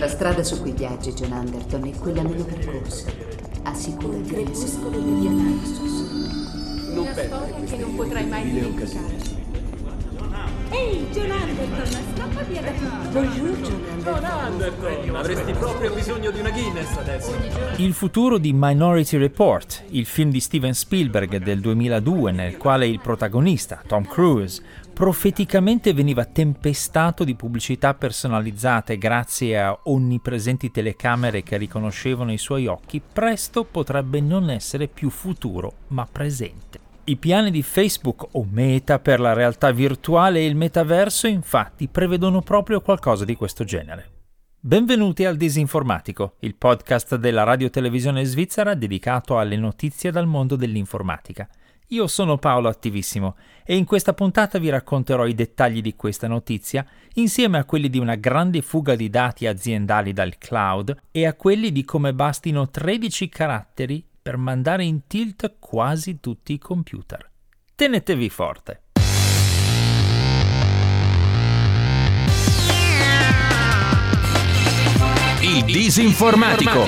La strada su cui viaggi, John Anderton, è quella meno percorsa. Assicurati di essere degli Analysis. Non perdere che non potrai mai dimenticare. Ehi, John Anderton, scappa via da qui. Bonjour, John Anderton. John Anderton, avresti proprio bisogno di una Guinness adesso. Il futuro di Minority Report, il film di Steven Spielberg del 2002, nel quale il protagonista, Tom Cruise, profeticamente veniva tempestato di pubblicità personalizzate grazie a onnipresenti telecamere che riconoscevano i suoi occhi, presto potrebbe non essere più futuro, ma presente. I piani di Facebook o Meta per la realtà virtuale e il metaverso, infatti, prevedono proprio qualcosa di questo genere. Benvenuti al Disinformatico, il podcast della radiotelevisione svizzera dedicato alle notizie dal mondo dell'informatica. Io sono Paolo Attivissimo e in questa puntata vi racconterò i dettagli di questa notizia insieme a quelli di una grande fuga di dati aziendali dal cloud e a quelli di come bastino 13 caratteri per mandare in tilt quasi tutti i computer. Tenetevi forte! Il Disinformatico.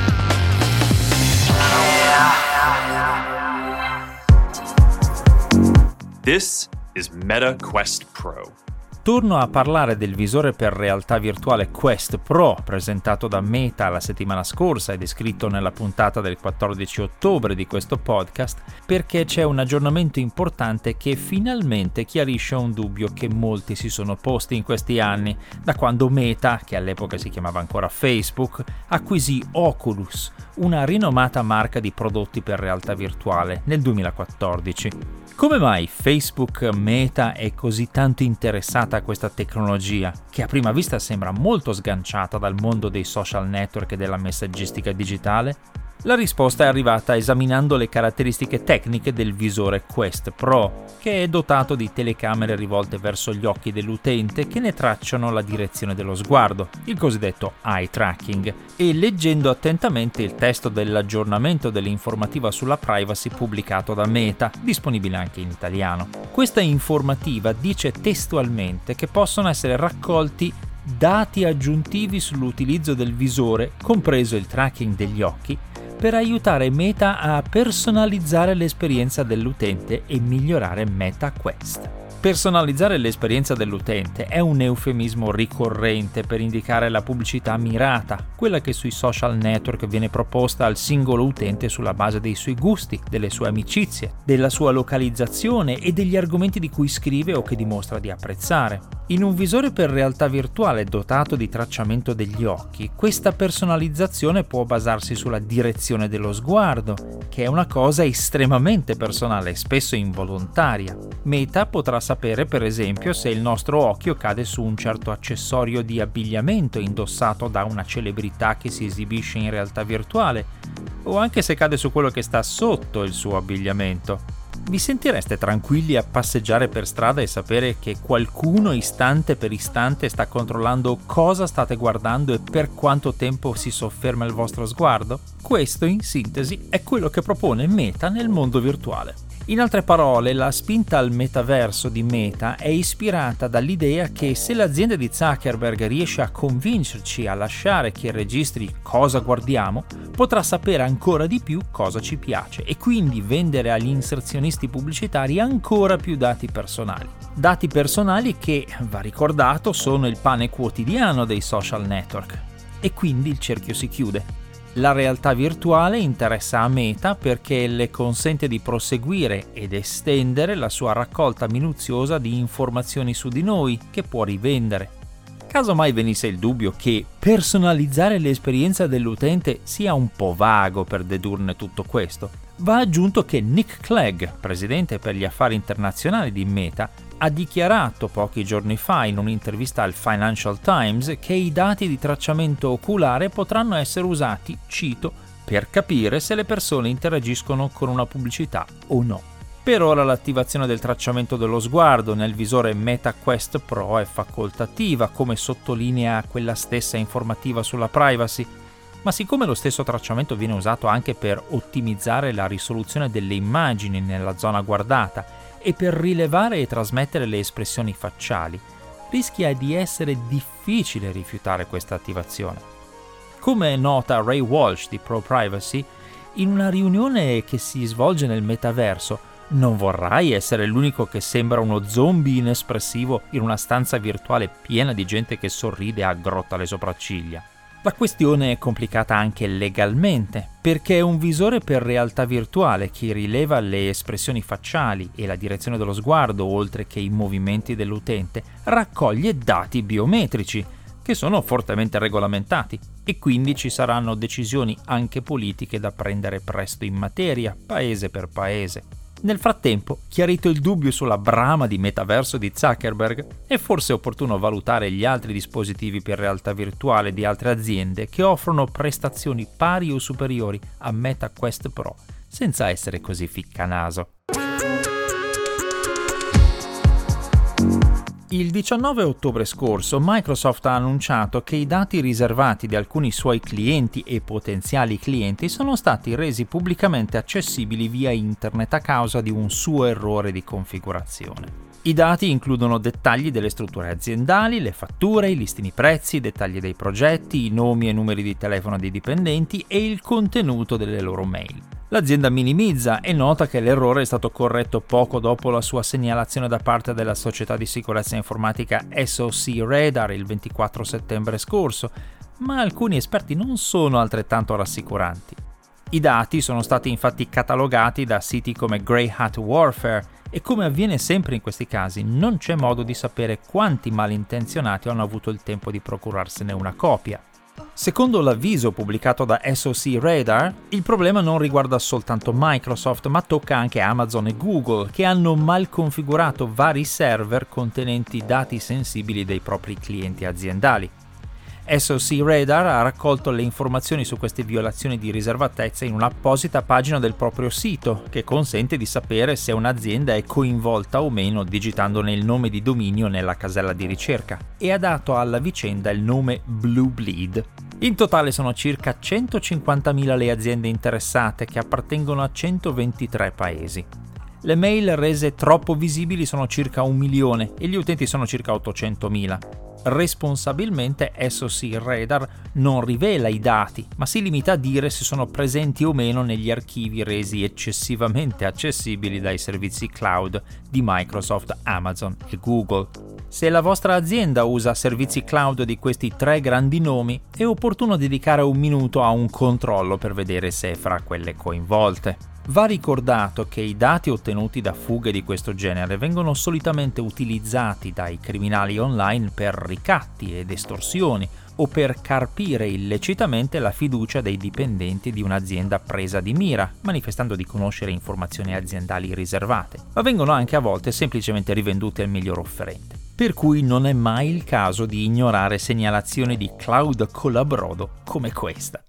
This is Meta Quest Pro. Torno a parlare del visore per realtà virtuale Quest Pro presentato da Meta la settimana scorsa e descritto nella puntata del 14 ottobre di questo podcast perché c'è un aggiornamento importante che finalmente chiarisce un dubbio che molti si sono posti in questi anni, da quando Meta, che all'epoca si chiamava ancora Facebook, acquisì Oculus, una rinomata marca di prodotti per realtà virtuale, nel 2014. Come mai Facebook Meta è così tanto interessata a questa tecnologia, che a prima vista sembra molto sganciata dal mondo dei social network e della messaggistica digitale? La risposta è arrivata esaminando le caratteristiche tecniche del visore Quest Pro, che è dotato di telecamere rivolte verso gli occhi dell'utente che ne tracciano la direzione dello sguardo, il cosiddetto eye tracking, e leggendo attentamente il testo dell'aggiornamento dell'informativa sulla privacy pubblicato da Meta, disponibile anche in italiano. Questa informativa dice testualmente che possono essere raccolti dati aggiuntivi sull'utilizzo del visore, compreso il tracking degli occhi, per aiutare Meta a personalizzare l'esperienza dell'utente e migliorare Meta Quest. Personalizzare l'esperienza dell'utente è un eufemismo ricorrente per indicare la pubblicità mirata, quella che sui social network viene proposta al singolo utente sulla base dei suoi gusti, delle sue amicizie, della sua localizzazione e degli argomenti di cui scrive o che dimostra di apprezzare. In un visore per realtà virtuale dotato di tracciamento degli occhi, questa personalizzazione può basarsi sulla direzione dello sguardo, che è una cosa estremamente personale e spesso involontaria. Meta potrà sapere, per esempio, se il nostro occhio cade su un certo accessorio di abbigliamento indossato da una celebrità che si esibisce in realtà virtuale, o anche se cade su quello che sta sotto il suo abbigliamento. Vi sentireste tranquilli a passeggiare per strada e sapere che qualcuno istante per istante sta controllando cosa state guardando e per quanto tempo si sofferma il vostro sguardo? Questo, in sintesi, è quello che propone Meta nel mondo virtuale. In altre parole, la spinta al metaverso di Meta è ispirata dall'idea che se l'azienda di Zuckerberg riesce a convincerci a lasciare che registri cosa guardiamo, potrà sapere ancora di più cosa ci piace e quindi vendere agli inserzionisti pubblicitari ancora più dati personali. Dati personali che, va ricordato, sono il pane quotidiano dei social network. E quindi il cerchio si chiude. La realtà virtuale interessa a Meta perché le consente di proseguire ed estendere la sua raccolta minuziosa di informazioni su di noi che può rivendere. Caso mai venisse il dubbio che personalizzare l'esperienza dell'utente sia un po' vago per dedurne tutto questo, va aggiunto che Nick Clegg, presidente per gli affari internazionali di Meta, ha dichiarato pochi giorni fa in un'intervista al Financial Times che i dati di tracciamento oculare potranno essere usati, cito, per capire se le persone interagiscono con una pubblicità o no. Per ora l'attivazione del tracciamento dello sguardo nel visore Meta Quest Pro è facoltativa, come sottolinea quella stessa informativa sulla privacy, ma siccome lo stesso tracciamento viene usato anche per ottimizzare la risoluzione delle immagini nella zona guardata e per rilevare e trasmettere le espressioni facciali, rischia di essere difficile rifiutare questa attivazione. Come nota Ray Walsh di ProPrivacy, in una riunione che si svolge nel metaverso non vorrai essere l'unico che sembra uno zombie inespressivo in una stanza virtuale piena di gente che sorride e aggrotta le sopracciglia. La questione è complicata anche legalmente, perché è un visore per realtà virtuale che rileva le espressioni facciali e la direzione dello sguardo, oltre che i movimenti dell'utente, raccoglie dati biometrici, che sono fortemente regolamentati, e quindi ci saranno decisioni anche politiche da prendere presto in materia, paese per paese. Nel frattempo, chiarito il dubbio sulla brama di metaverso di Zuckerberg, è forse opportuno valutare gli altri dispositivi per realtà virtuale di altre aziende che offrono prestazioni pari o superiori a Meta Quest Pro, senza essere così ficcanaso. Il 19 ottobre scorso Microsoft ha annunciato che i dati riservati di alcuni suoi clienti e potenziali clienti sono stati resi pubblicamente accessibili via internet a causa di un suo errore di configurazione. I dati includono dettagli delle strutture aziendali, le fatture, i listini prezzi, i dettagli dei progetti, i nomi e numeri di telefono dei dipendenti e il contenuto delle loro mail. L'azienda minimizza e nota che l'errore è stato corretto poco dopo la sua segnalazione da parte della società di sicurezza informatica SOC Radar il 24 settembre scorso, ma alcuni esperti non sono altrettanto rassicuranti. I dati sono stati infatti catalogati da siti come Grey Hat Warfare e, come avviene sempre in questi casi, non c'è modo di sapere quanti malintenzionati hanno avuto il tempo di procurarsene una copia. Secondo l'avviso pubblicato da SOC Radar, il problema non riguarda soltanto Microsoft, ma tocca anche Amazon e Google, che hanno mal configurato vari server contenenti dati sensibili dei propri clienti aziendali. SOC Radar ha raccolto le informazioni su queste violazioni di riservatezza in un'apposita pagina del proprio sito, che consente di sapere se un'azienda è coinvolta o meno digitandone il nome di dominio nella casella di ricerca, e ha dato alla vicenda il nome Blue Bleed. In totale sono circa 150.000 le aziende interessate, che appartengono a 123 paesi. Le mail rese troppo visibili sono circa 1 milione e gli utenti sono circa 800.000. Responsabilmente SOC Radar non rivela i dati, ma si limita a dire se sono presenti o meno negli archivi resi eccessivamente accessibili dai servizi cloud di Microsoft, Amazon e Google. Se la vostra azienda usa servizi cloud di questi 3 grandi nomi, è opportuno dedicare 1 minuto a un controllo per vedere se è fra quelle coinvolte. Va ricordato che i dati ottenuti da fughe di questo genere vengono solitamente utilizzati dai criminali online per ricatti ed estorsioni o per carpire illecitamente la fiducia dei dipendenti di un'azienda presa di mira, manifestando di conoscere informazioni aziendali riservate, ma vengono anche a volte semplicemente rivendute al miglior offerente. Per cui non è mai il caso di ignorare segnalazioni di cloud colabrodo come questa.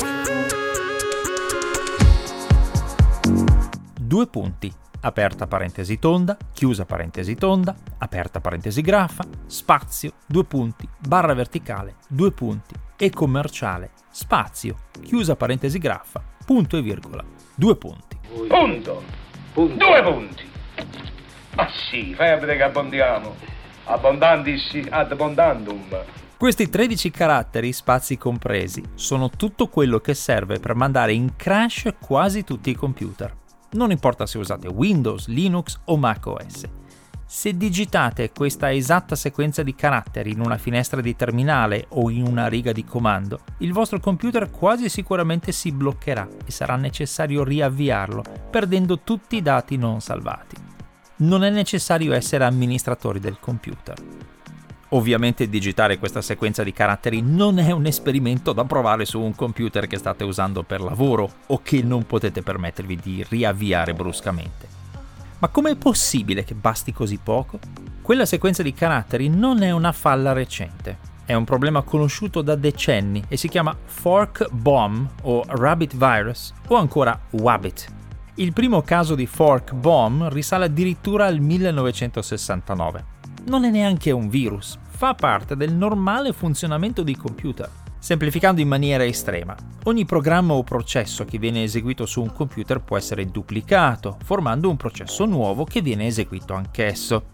2 punti, aperta parentesi tonda, chiusa parentesi tonda, aperta parentesi graffa, spazio, 2 punti, barra verticale, 2 punti, e commerciale, spazio, chiusa parentesi graffa, punto e virgola, 2 punti. Punto. 2 punti. Ma sì, fai a vedere che abbondiamo. Abbondantis ad abbondandum. Questi 13 caratteri, spazi compresi, sono tutto quello che serve per mandare in crash quasi tutti i computer. Non importa se usate Windows, Linux o macOS. Se digitate questa esatta sequenza di caratteri in una finestra di terminale o in una riga di comando, il vostro computer quasi sicuramente si bloccherà e sarà necessario riavviarlo, perdendo tutti i dati non salvati. Non è necessario essere amministratori del computer. Ovviamente digitare questa sequenza di caratteri non è un esperimento da provare su un computer che state usando per lavoro o che non potete permettervi di riavviare bruscamente. Ma com'è possibile che basti così poco? Quella sequenza di caratteri non è una falla recente. È un problema conosciuto da decenni e si chiama Fork Bomb o Rabbit Virus o ancora Wabbit. Il primo caso di Fork Bomb risale addirittura al 1969. Non è neanche un virus, fa parte del normale funzionamento dei computer. Semplificando in maniera estrema, ogni programma o processo che viene eseguito su un computer può essere duplicato, formando un processo nuovo che viene eseguito anch'esso.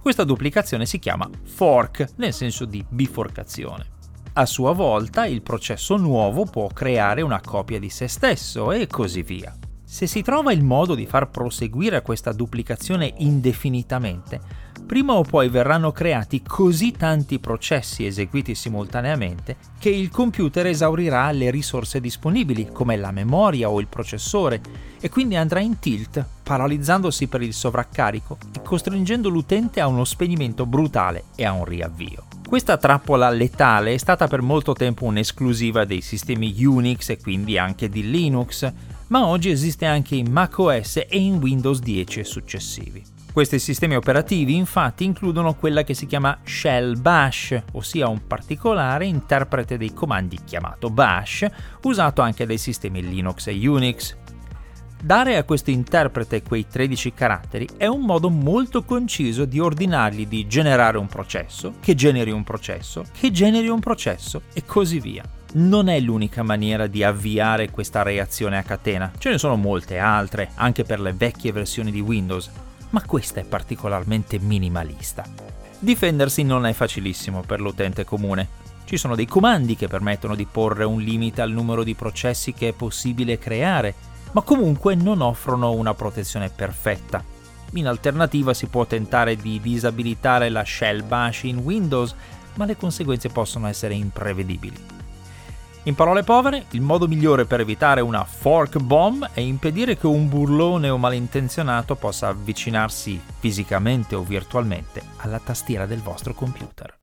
Questa duplicazione si chiama fork, nel senso di biforcazione. A sua volta il processo nuovo può creare una copia di se stesso e così via. Se si trova il modo di far proseguire questa duplicazione indefinitamente, prima o poi verranno creati così tanti processi eseguiti simultaneamente che il computer esaurirà le risorse disponibili, come la memoria o il processore, e quindi andrà in tilt, paralizzandosi per il sovraccarico e costringendo l'utente a uno spegnimento brutale e a un riavvio. Questa trappola letale è stata per molto tempo un'esclusiva dei sistemi Unix e quindi anche di Linux, ma oggi esiste anche in macOS e in Windows 10 e successivi. Questi sistemi operativi infatti includono quella che si chiama shell bash, ossia un particolare interprete dei comandi chiamato bash, usato anche dai sistemi Linux e Unix. Dare a questo interprete quei 13 caratteri è un modo molto conciso di ordinargli di generare un processo, che generi un processo, che generi un processo e così via. Non è l'unica maniera di avviare questa reazione a catena, ce ne sono molte altre, anche per le vecchie versioni di Windows, ma questa è particolarmente minimalista. Difendersi non è facilissimo per l'utente comune. Ci sono dei comandi che permettono di porre un limite al numero di processi che è possibile creare, ma comunque non offrono una protezione perfetta. In alternativa si può tentare di disabilitare la shell bash in Windows, ma le conseguenze possono essere imprevedibili. In parole povere, il modo migliore per evitare una fork bomb è impedire che un burlone o malintenzionato possa avvicinarsi fisicamente o virtualmente alla tastiera del vostro computer.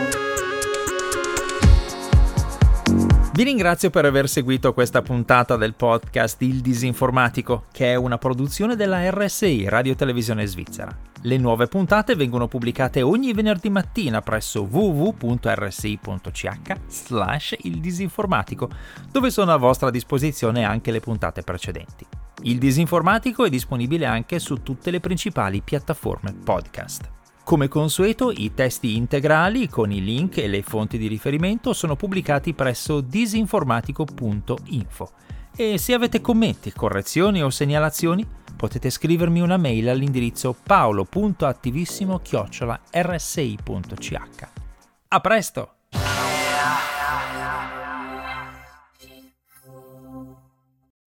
Vi ringrazio per aver seguito questa puntata del podcast Il Disinformatico, che è una produzione della RSI, Radio Televisione Svizzera. Le nuove puntate vengono pubblicate ogni venerdì mattina presso www.rsi.ch/Il Disinformatico, dove sono a vostra disposizione anche le puntate precedenti. Il Disinformatico è disponibile anche su tutte le principali piattaforme podcast. Come consueto, i testi integrali con i link e le fonti di riferimento sono pubblicati presso disinformatico.info. E se avete commenti, correzioni o segnalazioni, potete scrivermi una mail all'indirizzo paolo.attivissimo@rsi.ch. A presto!